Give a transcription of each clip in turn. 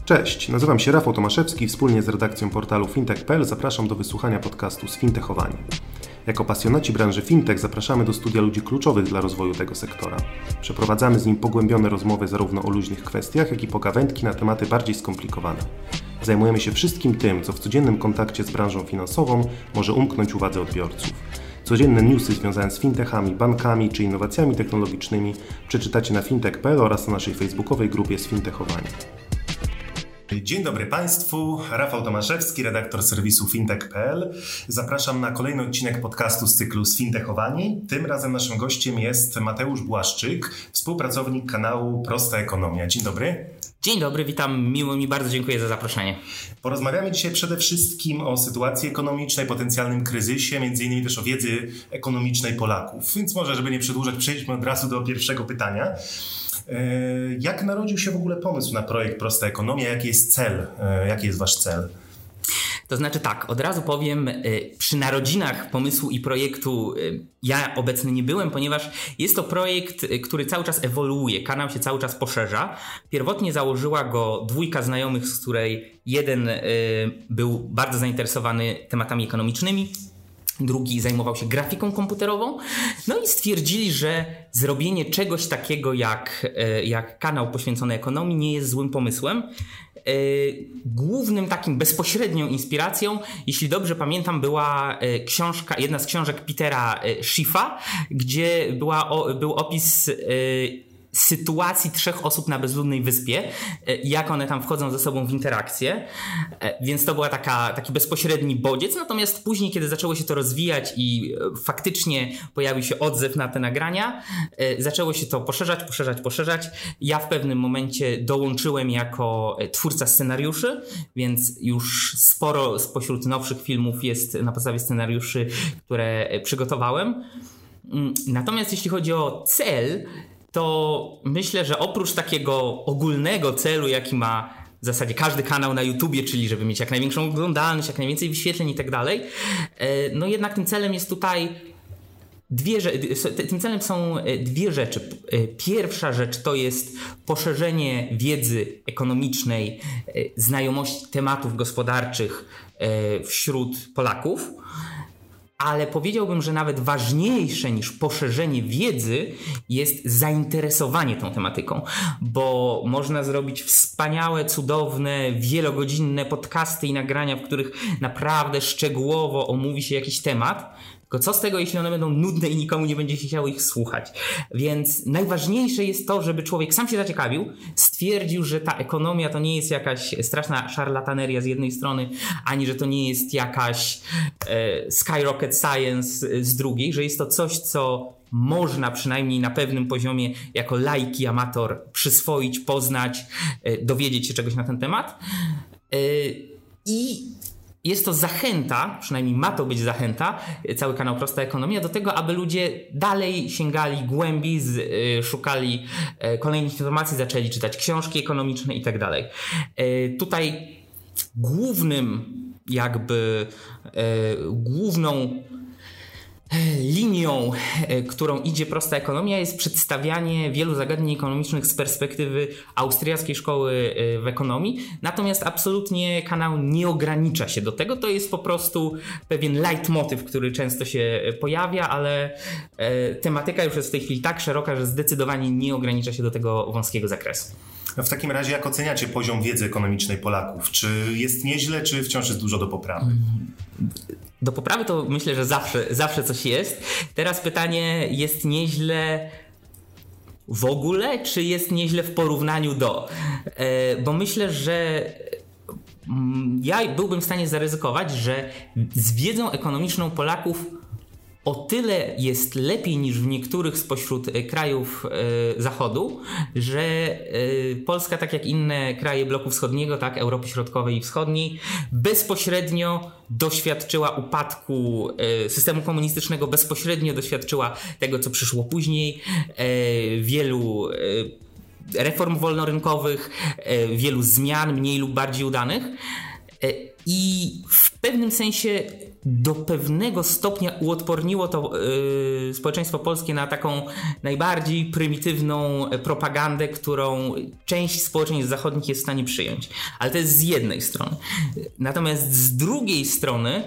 Cześć, nazywam się Rafał Tomaszewski i wspólnie z redakcją portalu fintech.pl zapraszam do wysłuchania podcastu Sfintechowani. Jako pasjonaci branży fintech zapraszamy do studia ludzi kluczowych dla rozwoju tego sektora. Przeprowadzamy z nim pogłębione rozmowy zarówno o luźnych kwestiach, jak i pogawędki na tematy bardziej skomplikowane. Zajmujemy się wszystkim tym, co w codziennym kontakcie z branżą finansową może umknąć uwadze odbiorców. Codzienne newsy związane z fintechami, bankami czy innowacjami technologicznymi przeczytacie na fintech.pl oraz na naszej facebookowej grupie Sfintechowani. Dzień dobry Państwu, Rafał Tomaszewski, redaktor serwisu fintech.pl. Zapraszam na kolejny odcinek podcastu z cyklu Sfintechowani. Tym razem naszym gościem jest Mateusz Błaszczyk, współpracownik kanału Prosta Ekonomia. Dzień dobry. Dzień dobry, witam, miło mi, bardzo dziękuję za zaproszenie. Porozmawiamy dzisiaj przede wszystkim o sytuacji ekonomicznej, potencjalnym kryzysie, między innymi też o wiedzy ekonomicznej Polaków. Więc może, żeby nie przedłużać, przejdźmy od razu do pierwszego pytania. Jak narodził się w ogóle pomysł na projekt Prosta Ekonomia? Jaki jest cel? Jaki jest wasz cel? To znaczy tak, od razu powiem, przy narodzinach pomysłu i projektu ja obecny nie byłem, ponieważ jest to projekt, który cały czas ewoluuje, kanał się cały czas poszerza. Pierwotnie założyła go dwójka znajomych, z której jeden był bardzo zainteresowany tematami ekonomicznymi, drugi zajmował się grafiką komputerową, no i stwierdzili, że zrobienie czegoś takiego jak kanał poświęcony ekonomii nie jest złym pomysłem. Głównym takim bezpośrednią inspiracją, jeśli dobrze pamiętam, była jedna z książek Petera Schiffa, gdzie był opis sytuacji 3 osób na bezludnej wyspie, jak one tam wchodzą ze sobą w interakcję, więc to była taki bezpośredni bodziec, natomiast później, kiedy zaczęło się to rozwijać i faktycznie pojawił się odzew na te nagrania, zaczęło się to poszerzać. Ja w pewnym momencie dołączyłem jako twórca scenariuszy, więc już sporo spośród nowszych filmów jest na podstawie scenariuszy, które przygotowałem. Natomiast jeśli chodzi o cel, to myślę, że oprócz takiego ogólnego celu, jaki ma w zasadzie każdy kanał na YouTubie, czyli żeby mieć jak największą oglądalność, jak najwięcej wyświetleń i tak dalej, no jednak tym celem jest tutaj tym celem są dwie rzeczy. Pierwsza rzecz to jest poszerzenie wiedzy ekonomicznej, znajomości tematów gospodarczych wśród Polaków. Ale powiedziałbym, że nawet ważniejsze niż poszerzenie wiedzy jest zainteresowanie tą tematyką, bo można zrobić wspaniałe, cudowne, wielogodzinne podcasty i nagrania, w których naprawdę szczegółowo omówi się jakiś temat. Tylko co z tego, jeśli one będą nudne i nikomu nie będzie się chciało ich słuchać? Więc najważniejsze jest to, żeby człowiek sam się zaciekawił, stwierdził, że ta ekonomia to nie jest jakaś straszna szarlataneria z jednej strony, ani że to nie jest jakaś skyrocket science z drugiej, że jest to coś, co można przynajmniej na pewnym poziomie jako laik i amator przyswoić, poznać, dowiedzieć się czegoś na ten temat. I jest to zachęta, przynajmniej ma to być zachęta, cały kanał Prosta Ekonomia, do tego, aby ludzie dalej sięgali głębiej, szukali kolejnych informacji, zaczęli czytać książki ekonomiczne i tak dalej. Tutaj główną linią, którą idzie Prosta Ekonomia, jest przedstawianie wielu zagadnień ekonomicznych z perspektywy austriackiej szkoły w ekonomii. Natomiast absolutnie kanał nie ogranicza się do tego. To jest po prostu pewien leitmotyw, który często się pojawia, ale tematyka już jest w tej chwili tak szeroka, że zdecydowanie nie ogranicza się do tego wąskiego zakresu. W takim razie jak oceniacie poziom wiedzy ekonomicznej Polaków? Czy jest nieźle, czy wciąż jest dużo do poprawy? Do poprawy to myślę, że zawsze coś jest. Teraz pytanie, jest nieźle w ogóle, czy jest nieźle w porównaniu do? Bo myślę, że ja byłbym w stanie zaryzykować, że z wiedzą ekonomiczną Polaków o tyle jest lepiej niż w niektórych spośród krajów Zachodu, że Polska, tak jak inne kraje bloku wschodniego, tak, Europy Środkowej i Wschodniej, bezpośrednio doświadczyła upadku systemu komunistycznego, bezpośrednio doświadczyła tego, co przyszło później, wielu reform wolnorynkowych, wielu zmian, mniej lub bardziej udanych. I w pewnym sensie do pewnego stopnia uodporniło to społeczeństwo polskie na taką najbardziej prymitywną propagandę, którą część społeczeństw zachodnich jest w stanie przyjąć. Ale to jest z jednej strony. Natomiast z drugiej strony,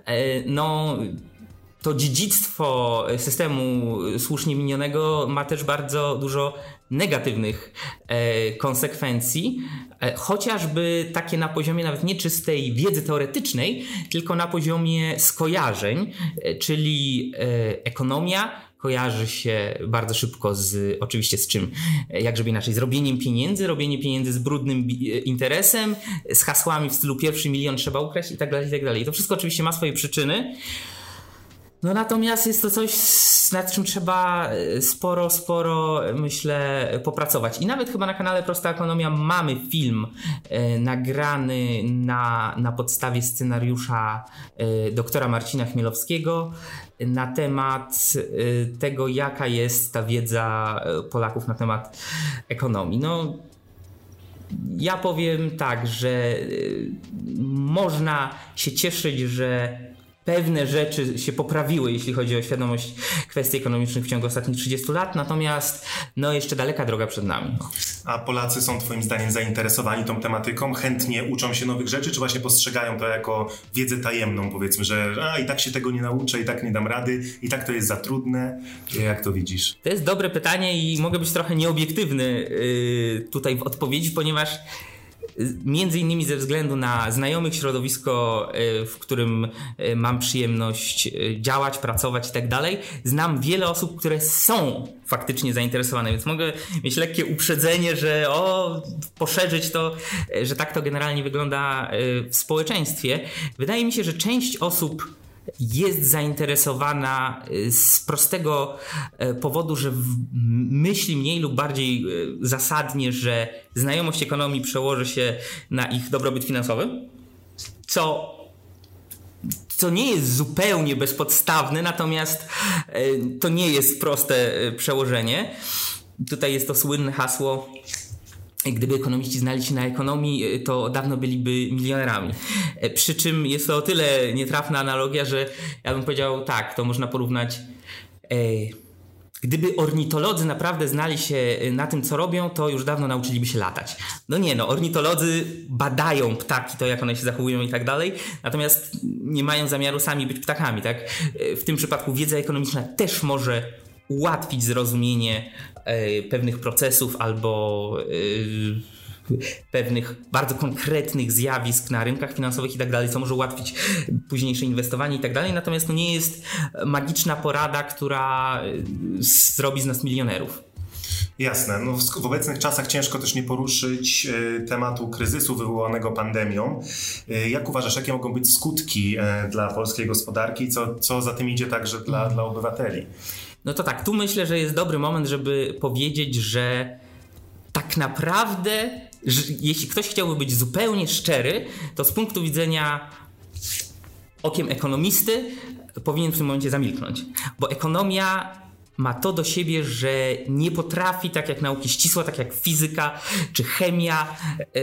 to dziedzictwo systemu słusznie minionego ma też bardzo dużo negatywnych konsekwencji, chociażby takie na poziomie nawet nie czystej wiedzy teoretycznej, tylko na poziomie skojarzeń, czyli ekonomia kojarzy się bardzo szybko oczywiście z czym, jak żeby inaczej, z robienie pieniędzy z brudnym interesem, z hasłami w stylu pierwszy milion trzeba ukraść i tak dalej, i tak dalej. To wszystko oczywiście ma swoje przyczyny. No natomiast jest to coś, nad czym trzeba sporo, myślę, popracować. I nawet chyba na kanale Prosta Ekonomia mamy film nagrany na podstawie scenariusza doktora Marcina Chmielowskiego na temat tego, jaka jest ta wiedza Polaków na temat ekonomii. No, ja powiem tak, że można się cieszyć, że pewne rzeczy się poprawiły, jeśli chodzi o świadomość kwestii ekonomicznych w ciągu ostatnich 30 lat, natomiast jeszcze daleka droga przed nami. A Polacy są twoim zdaniem zainteresowani tą tematyką? Chętnie uczą się nowych rzeczy, czy właśnie postrzegają to jako wiedzę tajemną, powiedzmy, że i tak się tego nie nauczę, i tak nie dam rady, i tak to jest za trudne? Jak to widzisz? To jest dobre pytanie i mogę być trochę nieobiektywny tutaj w odpowiedzi, ponieważ między innymi ze względu na znajomych, środowisko, w którym mam przyjemność działać, pracować i tak dalej, znam wiele osób, które są faktycznie zainteresowane, więc mogę mieć lekkie uprzedzenie, że poszerzyć to, że tak to generalnie wygląda w społeczeństwie. Wydaje mi się, że część osób jest zainteresowana z prostego powodu, że myśli mniej lub bardziej zasadnie, że znajomość ekonomii przełoży się na ich dobrobyt finansowy, co nie jest zupełnie bezpodstawne, natomiast to nie jest proste przełożenie. Tutaj jest to słynne hasło: gdyby ekonomiści znali się na ekonomii, to dawno byliby milionerami. Przy czym jest to o tyle nietrafna analogia, że ja bym powiedział tak, to można porównać. Gdyby ornitolodzy naprawdę znali się na tym, co robią, to już dawno nauczyliby się latać. Ornitolodzy badają ptaki, to jak one się zachowują i tak dalej, natomiast nie mają zamiaru sami być ptakami, tak? W tym przypadku wiedza ekonomiczna też może ułatwić zrozumienie pewnych procesów albo pewnych bardzo konkretnych zjawisk na rynkach finansowych i tak dalej, co może ułatwić późniejsze inwestowanie i tak dalej. Natomiast to nie jest magiczna porada, która zrobi z nas milionerów. Jasne. W obecnych czasach ciężko też nie poruszyć tematu kryzysu wywołanego pandemią. Jak uważasz, jakie mogą być skutki dla polskiej gospodarki i co za tym idzie także dla obywateli? No to tak, tu myślę, że jest dobry moment, żeby powiedzieć, że tak naprawdę, jeśli ktoś chciałby być zupełnie szczery, to z punktu widzenia okiem ekonomisty powinien w tym momencie zamilknąć. Bo ekonomia ma to do siebie, że nie potrafi, tak jak nauki ścisłe, tak jak fizyka czy chemia,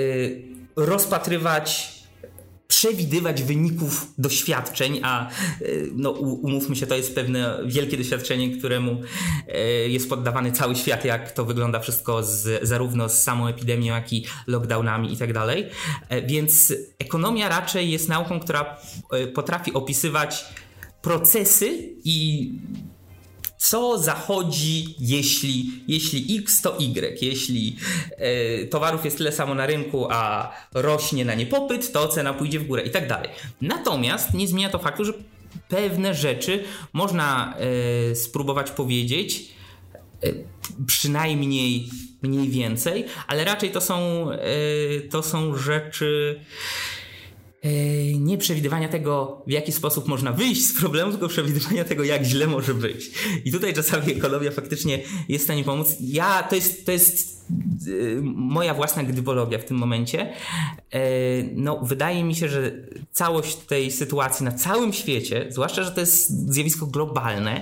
przewidywać wyników doświadczeń, a umówmy się, to jest pewne wielkie doświadczenie, któremu jest poddawany cały świat, jak to wygląda wszystko zarówno z samą epidemią, jak i lockdownami i tak dalej. Więc ekonomia raczej jest nauką, która potrafi opisywać procesy i co zachodzi, jeśli X to Y, jeśli towarów jest tyle samo na rynku, a rośnie na nie popyt, to cena pójdzie w górę i tak dalej. Natomiast nie zmienia to faktu, że pewne rzeczy można spróbować powiedzieć, przynajmniej mniej więcej, ale raczej to są rzeczy nie przewidywania tego, w jaki sposób można wyjść z problemu, tylko przewidywania tego, jak źle może być. I tutaj czasami ekonomia faktycznie jest w stanie pomóc. To jest moja własna gdybologia w tym momencie. Wydaje mi się, że całość tej sytuacji na całym świecie, zwłaszcza, że to jest zjawisko globalne,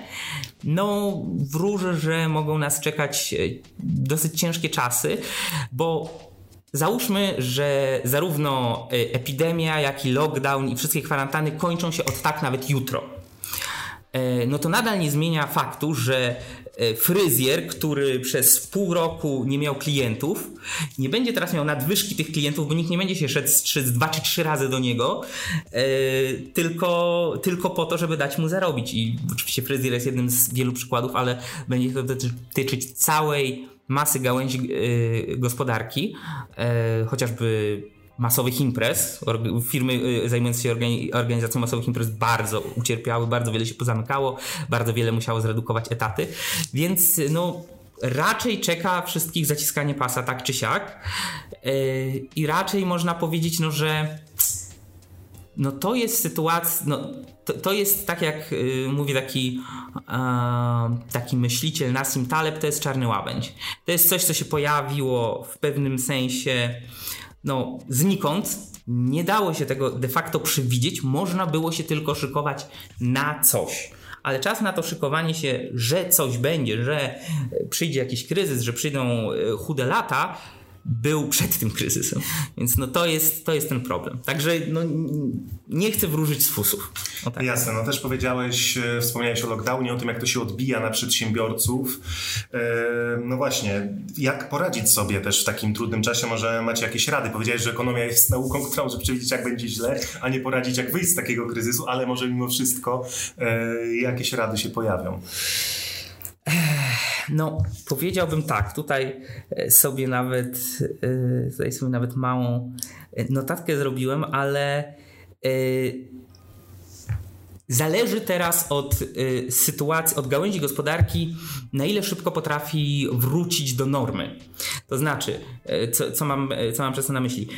wróży, że mogą nas czekać dosyć ciężkie czasy, bo załóżmy, że zarówno epidemia, jak i lockdown i wszystkie kwarantanny kończą się od tak nawet jutro. No to nadal nie zmienia faktu, że fryzjer, który przez pół roku nie miał klientów, nie będzie teraz miał nadwyżki tych klientów, bo nikt nie będzie się szedł 2 czy 3 razy do niego, tylko po to, żeby dać mu zarobić. I oczywiście fryzjer jest jednym z wielu przykładów, ale będzie to dotyczyć całej masy gałęzi gospodarki, chociażby masowych imprez. Firmy zajmujące się organizacją masowych imprez bardzo ucierpiały, bardzo wiele się pozamykało, bardzo wiele musiało zredukować etaty, więc no raczej czeka wszystkich zaciskanie pasa tak czy siak i raczej można powiedzieć, no że no to jest sytuacja, no to jest tak jak mówi taki myśliciel Nassim Taleb, to jest czarny łabędź. To jest coś, co się pojawiło w pewnym sensie no znikąd, nie dało się tego de facto przewidzieć, można było się tylko szykować na coś. Ale czas na to szykowanie się, że coś będzie, że przyjdzie jakiś kryzys, że przyjdą chude lata, był przed tym kryzysem. Więc no to jest ten problem. Także no, nie chcę wróżyć z fusów. No tak. Jasne, no też wspomniałeś o lockdownie, o tym jak to się odbija na przedsiębiorców. No właśnie, jak poradzić sobie też w takim trudnym czasie? Może macie jakieś rady? Powiedziałeś, że ekonomia jest nauką, która może przewidzieć jak będzie źle, a nie poradzić jak wyjść z takiego kryzysu, ale może mimo wszystko jakieś rady się pojawią. No, powiedziałbym tak, tutaj sobie nawet małą notatkę zrobiłem, ale zależy teraz od sytuacji, od gałęzi gospodarki, na ile szybko potrafi wrócić do normy. To znaczy, co mam przez to na myśli?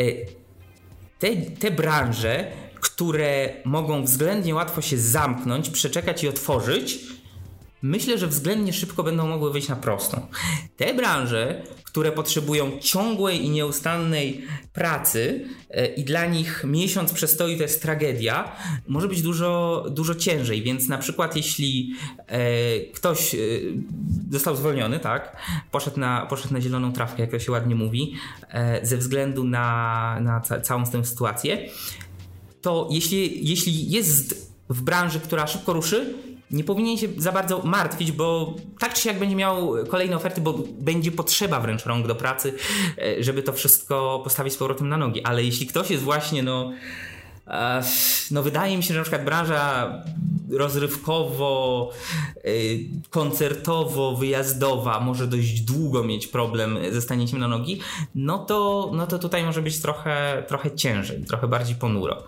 Te branże, które mogą względnie łatwo się zamknąć, przeczekać i otworzyć, myślę, że względnie szybko będą mogły wyjść na prostą. Te branże, które potrzebują ciągłej i nieustannej pracy i dla nich miesiąc przestoju to jest tragedia, może być dużo ciężej. Więc na przykład jeśli ktoś został zwolniony, tak, poszedł na zieloną trawkę, jak to się ładnie mówi, ze względu na całą tę sytuację, to jeśli jest w branży, która szybko ruszy, nie powinien się za bardzo martwić, bo tak czy siak będzie miał kolejne oferty, bo będzie potrzeba wręcz rąk do pracy, żeby to wszystko postawić z powrotem na nogi. Ale jeśli ktoś jest właśnie, wydaje mi się, że na przykład branża rozrywkowo, koncertowo, wyjazdowa może dość długo mieć problem ze stanięciem na nogi, no to tutaj może być trochę ciężej, trochę bardziej ponuro.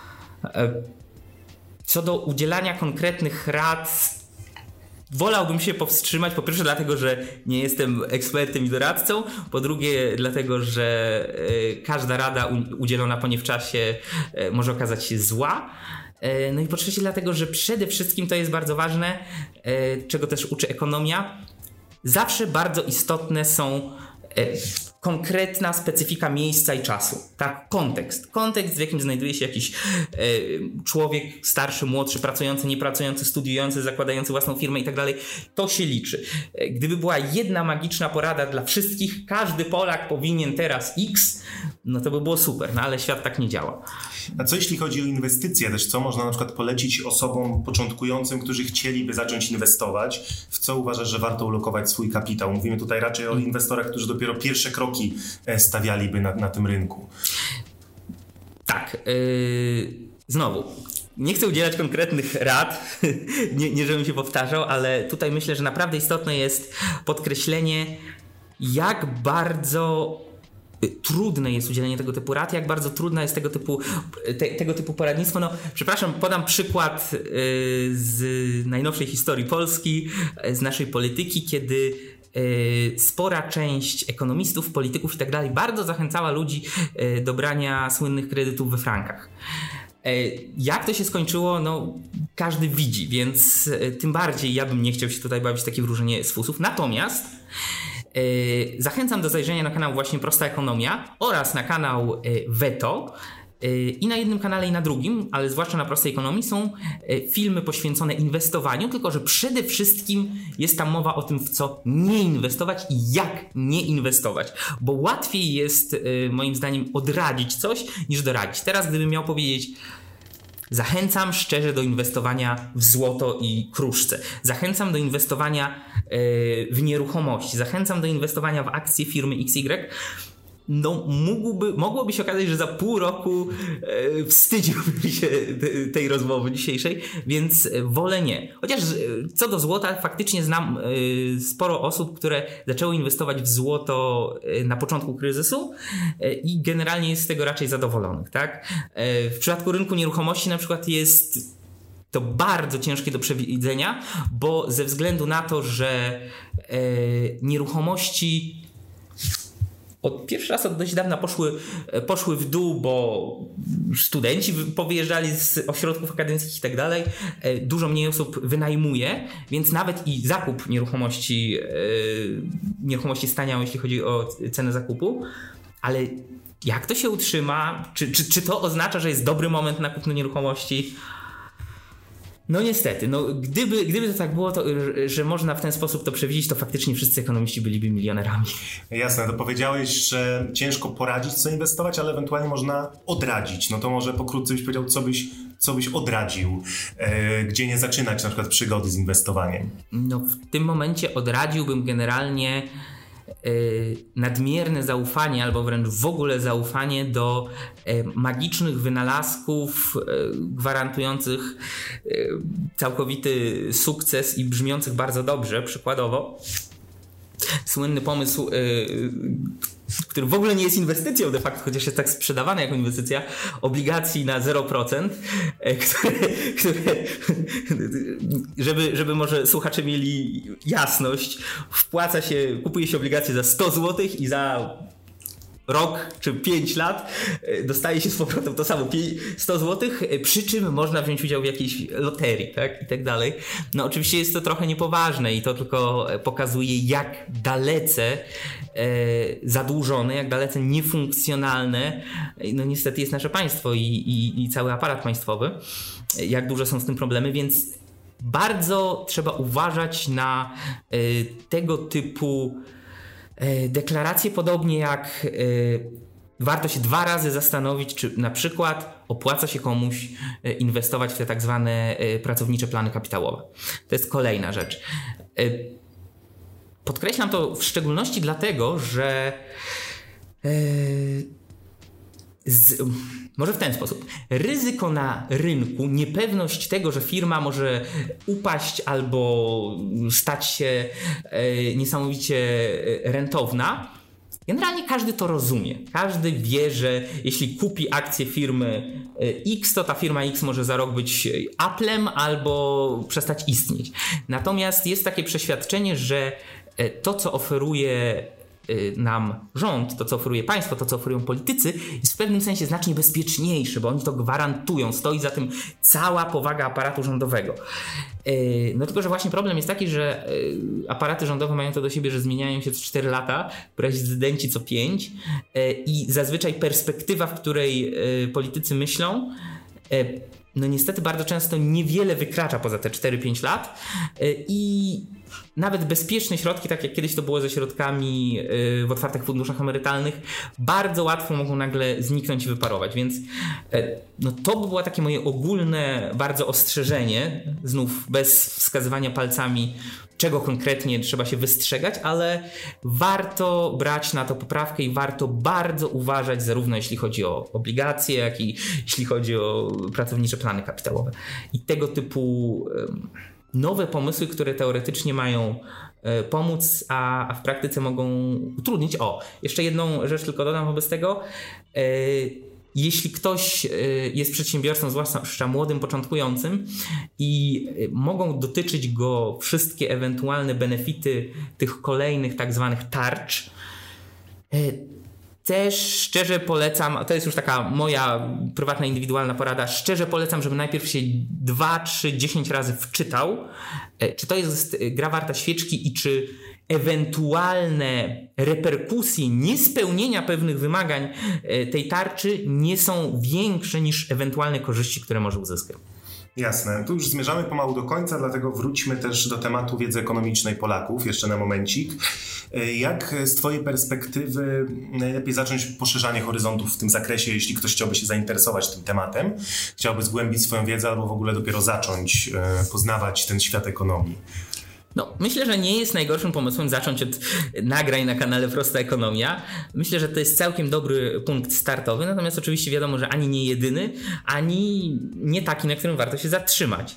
Co do udzielania konkretnych rad, wolałbym się powstrzymać, po pierwsze dlatego, że nie jestem ekspertem i doradcą, po drugie dlatego, że każda rada udzielona po nie w czasie może okazać się zła. No i po trzecie dlatego, że przede wszystkim to jest bardzo ważne, czego też uczy ekonomia, zawsze bardzo istotne są konkretna specyfika miejsca i czasu. Tak, kontekst, w jakim znajduje się jakiś człowiek starszy, młodszy, pracujący, niepracujący, studiujący, zakładający własną firmę i tak dalej, to się liczy. Gdyby była jedna magiczna porada dla wszystkich, każdy Polak powinien teraz X, no to by było super, no ale świat tak nie działa. A co jeśli chodzi o inwestycje też, co można na przykład polecić osobom początkującym, którzy chcieliby zacząć inwestować? W co uważasz, że warto ulokować swój kapitał? Mówimy tutaj raczej o inwestorach, którzy dopiero pierwsze kroki stawialiby na tym rynku. Tak, znowu, nie chcę udzielać konkretnych rad, nie żebym się powtarzał, ale tutaj myślę, że naprawdę istotne jest podkreślenie, jak bardzo trudne jest udzielenie tego typu rad, jak bardzo trudne jest tego typu poradnictwo. No, przepraszam, podam przykład z najnowszej historii Polski, z naszej polityki, kiedy spora część ekonomistów, polityków i tak dalej bardzo zachęcała ludzi do brania słynnych kredytów we frankach. Jak to się skończyło, no każdy widzi, więc tym bardziej ja bym nie chciał się tutaj bawić w takie wróżenie z fusów. Natomiast zachęcam do zajrzenia na kanał właśnie Prosta Ekonomia oraz na kanał Veto, I na jednym kanale, i na drugim, ale zwłaszcza na Prostej Ekonomii, są filmy poświęcone inwestowaniu, tylko że przede wszystkim jest tam mowa o tym, w co nie inwestować i jak nie inwestować. Bo łatwiej jest, moim zdaniem, odradzić coś, niż doradzić. Teraz, gdybym miał powiedzieć: zachęcam szczerze do inwestowania w złoto i kruszce. Zachęcam do inwestowania w nieruchomości. Zachęcam do inwestowania w akcje firmy XY. No mogłoby się okazać, że za pół roku wstydziłbym się tej rozmowy dzisiejszej, więc wolę nie. Chociaż co do złota, faktycznie znam sporo osób, które zaczęły inwestować w złoto na początku kryzysu i generalnie jest z tego raczej zadowolonych, tak? W przypadku rynku nieruchomości na przykład jest to bardzo ciężkie do przewidzenia, bo ze względu na to, że nieruchomości pierwszy raz od dość dawna poszły w dół, bo studenci powyjeżdżali z ośrodków akademickich i tak dalej. Dużo mniej osób wynajmuje, więc nawet i zakup nieruchomości staniał, jeśli chodzi o cenę zakupu. Ale jak to się utrzyma? Czy to oznacza, że jest dobry moment na kupno nieruchomości? No niestety, gdyby to tak było, to, że można w ten sposób to przewidzieć, to faktycznie wszyscy ekonomiści byliby milionerami. Jasne, to powiedziałeś, że ciężko poradzić, co inwestować, ale ewentualnie można odradzić. No to może pokrótce byś powiedział, co byś odradził, gdzie nie zaczynać na przykład przygody z inwestowaniem. No w tym momencie odradziłbym generalnie nadmierne zaufanie albo wręcz w ogóle zaufanie do magicznych wynalazków gwarantujących całkowity sukces i brzmiących bardzo dobrze. Przykładowo słynny pomysł, który w ogóle nie jest inwestycją de facto, chociaż jest tak sprzedawany jako inwestycja, obligacji na 0%, które żeby może słuchacze mieli jasność, kupuje się obligacje za 100 zł i za rok czy 5 lat dostaje się z powrotem to samo 100 zł, przy czym można wziąć udział w jakiejś loterii, tak? I tak dalej. No oczywiście jest to trochę niepoważne i to tylko pokazuje, jak dalece zadłużone, jak dalece niefunkcjonalne no niestety jest nasze państwo i cały aparat państwowy, jak duże są z tym problemy, więc bardzo trzeba uważać na tego typu deklaracje, podobnie jak warto się 2 razy zastanowić, czy na przykład opłaca się komuś inwestować w te tak zwane pracownicze plany kapitałowe. To jest kolejna rzecz. Podkreślam to w szczególności dlatego, że może w ten sposób. Ryzyko na rynku, niepewność tego, że firma może upaść albo stać się niesamowicie rentowna, generalnie każdy to rozumie. Każdy wie, że jeśli kupi akcję firmy X, to ta firma X może za rok być Applem albo przestać istnieć. Natomiast jest takie przeświadczenie, że to, co oferuje nam rząd, to co oferuje państwo, to co oferują politycy, jest w pewnym sensie znacznie bezpieczniejsze, bo oni to gwarantują, stoi za tym cała powaga aparatu rządowego. No tylko, że właśnie problem jest taki, że aparaty rządowe mają to do siebie, że zmieniają się co 4 lata, prezydenci co 5 i zazwyczaj perspektywa, w której politycy myślą, no niestety bardzo często niewiele wykracza poza te 4-5 lat i nawet bezpieczne środki, tak jak kiedyś to było ze środkami w otwartych funduszach emerytalnych, bardzo łatwo mogą nagle zniknąć i wyparować, więc no to by było takie moje ogólne bardzo ostrzeżenie, znów bez wskazywania palcami, czego konkretnie trzeba się wystrzegać, ale warto brać na to poprawkę i warto bardzo uważać, zarówno jeśli chodzi o obligacje, jak i jeśli chodzi o pracownicze plany kapitałowe. I tego typu nowe pomysły, które teoretycznie mają pomóc, a w praktyce mogą utrudnić. Jeszcze jedną rzecz tylko dodam wobec tego. Jeśli ktoś jest przedsiębiorcą, zwłaszcza młodym, początkującym i mogą dotyczyć go wszystkie ewentualne benefity tych kolejnych tak zwanych tarcz, też szczerze polecam, to jest już taka moja prywatna, indywidualna porada, szczerze polecam, żeby najpierw się 2, 3, 10 razy wczytał, czy to jest gra warta świeczki i czy ewentualne reperkusje niespełnienia pewnych wymagań tej tarczy nie są większe niż ewentualne korzyści, które może uzyskać. Jasne. Tu już zmierzamy pomału do końca, dlatego wróćmy też do tematu wiedzy ekonomicznej Polaków jeszcze na momencik. Jak z Twojej perspektywy najlepiej zacząć poszerzanie horyzontów w tym zakresie, jeśli ktoś chciałby się zainteresować tym tematem, chciałby zgłębić swoją wiedzę albo w ogóle dopiero zacząć poznawać ten świat ekonomii? No, myślę, że nie jest najgorszym pomysłem zacząć od nagrań na kanale Prosta Ekonomia. Myślę, że to jest całkiem dobry punkt startowy, natomiast oczywiście wiadomo, że ani nie jedyny, ani nie taki, na którym warto się zatrzymać.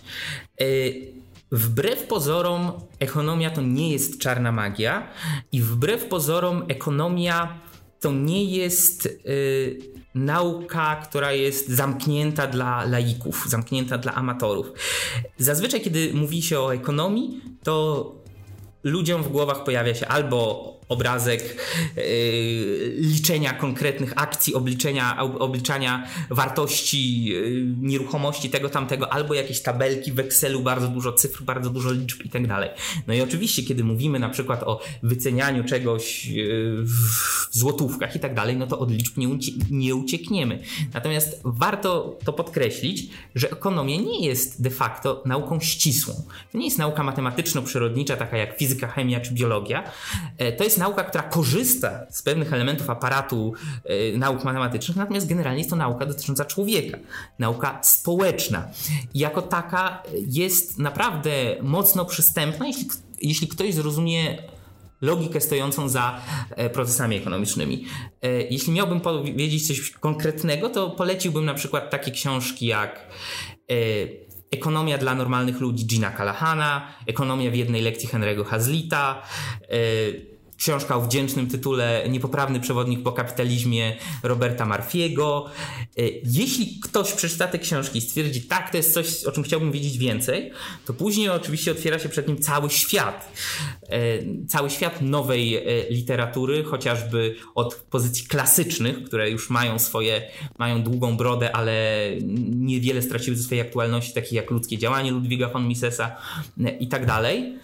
Wbrew pozorom ekonomia to nie jest czarna magia i wbrew pozorom ekonomia to nie jest nauka, która jest zamknięta dla laików, zamknięta dla amatorów. Zazwyczaj, kiedy mówi się o ekonomii, to ludziom w głowach pojawia się albo obrazek liczenia konkretnych akcji, obliczania wartości nieruchomości tego, tamtego, albo jakieś tabelki w Excelu, bardzo dużo cyfr, bardzo dużo liczb i tak dalej. No i oczywiście, kiedy mówimy na przykład o wycenianiu czegoś w złotówkach i tak dalej, no to od liczb nie uciekniemy. Natomiast warto to podkreślić, że ekonomia nie jest de facto nauką ścisłą. To nie jest nauka matematyczno-przyrodnicza, taka jak fizyka, chemia czy biologia. To jest nauka, która korzysta z pewnych elementów aparatu nauk matematycznych, natomiast generalnie jest to nauka dotycząca człowieka, nauka społeczna. I jako taka jest naprawdę mocno przystępna, jeśli ktoś zrozumie logikę stojącą za procesami ekonomicznymi. Jeśli miałbym powiedzieć coś konkretnego, to poleciłbym na przykład takie książki jak Ekonomia dla normalnych ludzi Gina Callahana, Ekonomia w jednej lekcji Henry'ego Hazlitta, książka o wdzięcznym tytule Niepoprawny przewodnik po kapitalizmie Roberta Murphy'ego. Jeśli ktoś przeczyta te książki i stwierdzi, tak, to jest coś, o czym chciałbym wiedzieć więcej, to później oczywiście otwiera się przed nim cały świat. Cały świat nowej literatury, chociażby od pozycji klasycznych, które już mają długą brodę, ale niewiele straciły ze swojej aktualności, takich jak Ludzkie działanie Ludwiga von Misesa i tak dalej.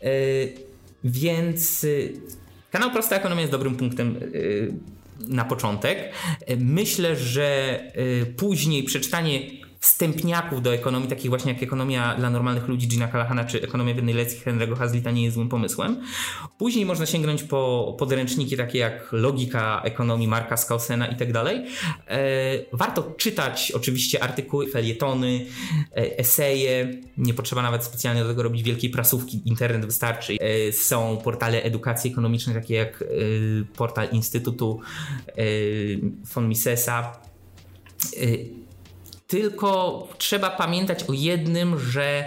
Więc kanał Prosta Ekonomia jest dobrym punktem na początek. Myślę, że później przeczytanie wstępniaków do ekonomii, takich właśnie jak Ekonomia dla normalnych ludzi Gina Callahana czy Ekonomia w jednej lekcji Henry'ego Hazlitta nie jest złym pomysłem. Później można sięgnąć po podręczniki takie jak Logika ekonomii Marka Skausena i tak dalej. Warto czytać oczywiście artykuły, felietony, eseje. Nie potrzeba nawet specjalnie do tego robić wielkiej prasówki. Internet wystarczy. Są portale edukacji ekonomicznej takie jak portal Instytutu von Misesa. Tylko trzeba pamiętać o jednym, że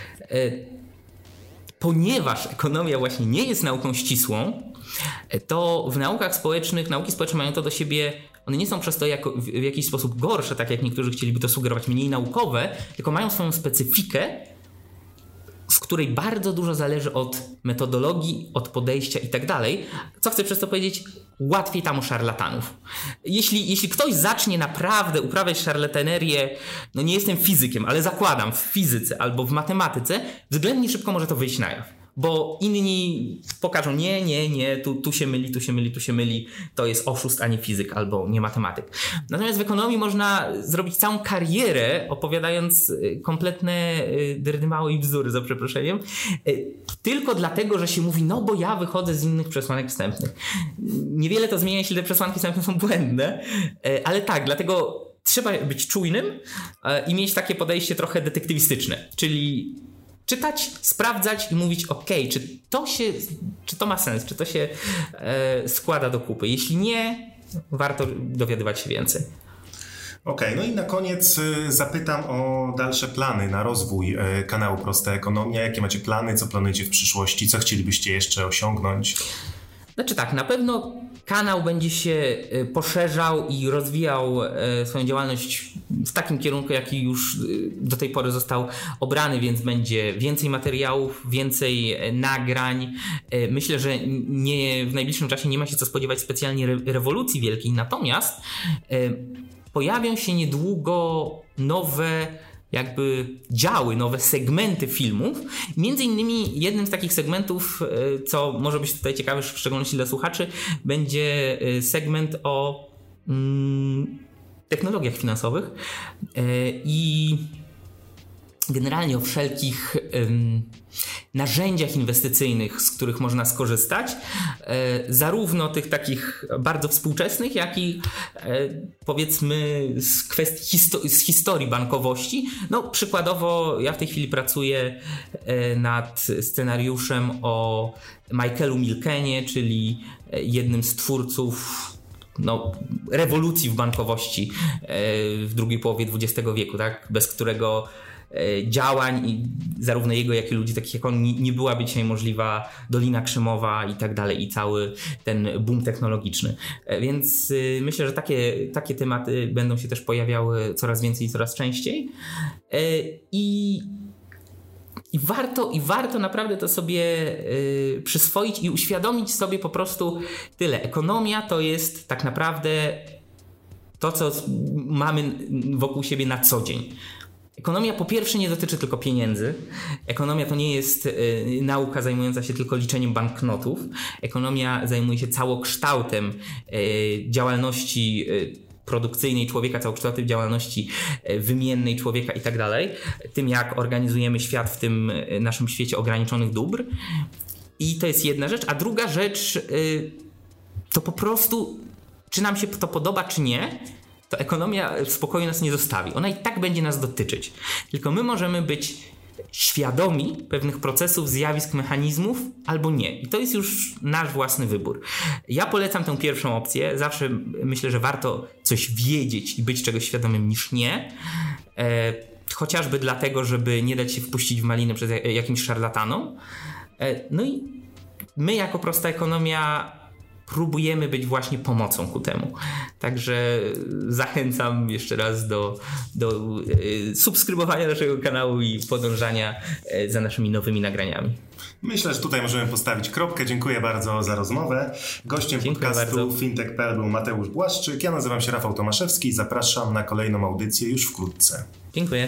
ponieważ ekonomia właśnie nie jest nauką ścisłą, to w naukach społecznych, nauki społeczne mają to do siebie, one nie są przez to w jakiś sposób gorsze, tak jak niektórzy chcieliby to sugerować, mniej naukowe, tylko mają swoją specyfikę, w której bardzo dużo zależy od metodologii, od podejścia i tak dalej. Co chcę przez to powiedzieć? Łatwiej tam o szarlatanów. Jeśli ktoś zacznie naprawdę uprawiać szarlatanerię, no nie jestem fizykiem, ale zakładam w fizyce albo w matematyce, względnie szybko może to wyjść na jaw. Bo inni pokażą, nie, tu się myli, to jest oszust, a nie fizyk albo nie matematyk. Natomiast w ekonomii można zrobić całą karierę opowiadając kompletne dyrdymały i bzdury, za przeproszeniem, tylko dlatego, że się mówi, no bo ja wychodzę z innych przesłanek wstępnych. Niewiele to zmienia, jeśli te przesłanki wstępne są błędne, ale tak, dlatego trzeba być czujnym i mieć takie podejście trochę detektywistyczne, czyli czytać, sprawdzać i mówić, czy to ma sens, czy to się składa do kupy. Jeśli nie, warto dowiadywać się więcej. Okej, no i na koniec zapytam o dalsze plany na rozwój kanału Prosta Ekonomia. Jakie macie plany, co planujecie w przyszłości, co chcielibyście jeszcze osiągnąć? Znaczy tak, na pewno kanał będzie się poszerzał i rozwijał swoją działalność w takim kierunku, jaki już do tej pory został obrany, więc będzie więcej materiałów, więcej nagrań. Myślę, że w najbliższym czasie nie ma się co spodziewać specjalnie rewolucji wielkiej, natomiast pojawią się niedługo nowe jakby działy, nowe segmenty filmów. Między innymi jednym z takich segmentów, co może być tutaj ciekawe, w szczególności dla słuchaczy, będzie segment o technologiach finansowych i generalnie o wszelkich narzędziach inwestycyjnych, z których można skorzystać, zarówno tych takich bardzo współczesnych, jak i powiedzmy z kwestii z historii bankowości. No przykładowo ja w tej chwili pracuję nad scenariuszem o Michaelu Milkenie, czyli jednym z twórców rewolucji w bankowości w drugiej połowie XX wieku, tak? Bez którego działań i zarówno jego, jak i ludzi takich jak on nie byłaby dzisiaj możliwa Dolina Krzemowa i tak dalej i cały ten boom technologiczny. Więc myślę, że takie tematy będą się też pojawiały coraz więcej i coraz częściej. I warto naprawdę to sobie przyswoić i uświadomić sobie po prostu tyle. Ekonomia to jest tak naprawdę to, co mamy wokół siebie na co dzień. Ekonomia po pierwsze nie dotyczy tylko pieniędzy. Ekonomia to nie jest nauka zajmująca się tylko liczeniem banknotów. Ekonomia zajmuje się całokształtem działalności produkcyjnej człowieka, całokształtem działalności wymiennej człowieka i tak dalej. Tym, jak organizujemy świat w tym naszym świecie ograniczonych dóbr. I to jest jedna rzecz. A druga rzecz to po prostu, czy nam się to podoba, czy nie, to ekonomia w spokoju nas nie zostawi. Ona i tak będzie nas dotyczyć. Tylko my możemy być świadomi pewnych procesów, zjawisk, mechanizmów albo nie. I to jest już nasz własny wybór. Ja polecam tę pierwszą opcję. Zawsze myślę, że warto coś wiedzieć i być czegoś świadomym niż nie. Chociażby dlatego, żeby nie dać się wpuścić w maliny przez jakimś szarlatanom. No i my jako prosta ekonomia próbujemy być właśnie pomocą ku temu. Także zachęcam jeszcze raz do subskrybowania naszego kanału i podążania za naszymi nowymi nagraniami. Myślę, że tutaj możemy postawić kropkę. Dziękuję bardzo za rozmowę. Gościem podcastu Fintech.pl był Mateusz Błaszczyk. Ja nazywam się Rafał Tomaszewski i zapraszam na kolejną audycję już wkrótce. Dziękuję.